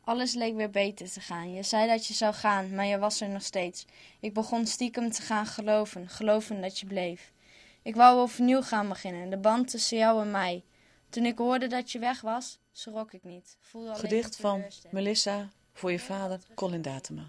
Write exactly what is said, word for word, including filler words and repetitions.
Alles leek weer beter te gaan. Je zei dat je zou gaan, maar je was er nog steeds. Ik begon stiekem te gaan geloven, geloven dat je bleef. Ik wou overnieuw gaan beginnen, de band tussen jou en mij. Toen ik hoorde dat je weg was, schrok ik niet. Voelde alleen Gedicht een van teleurstelling. Melissa voor je vader Colin Datema.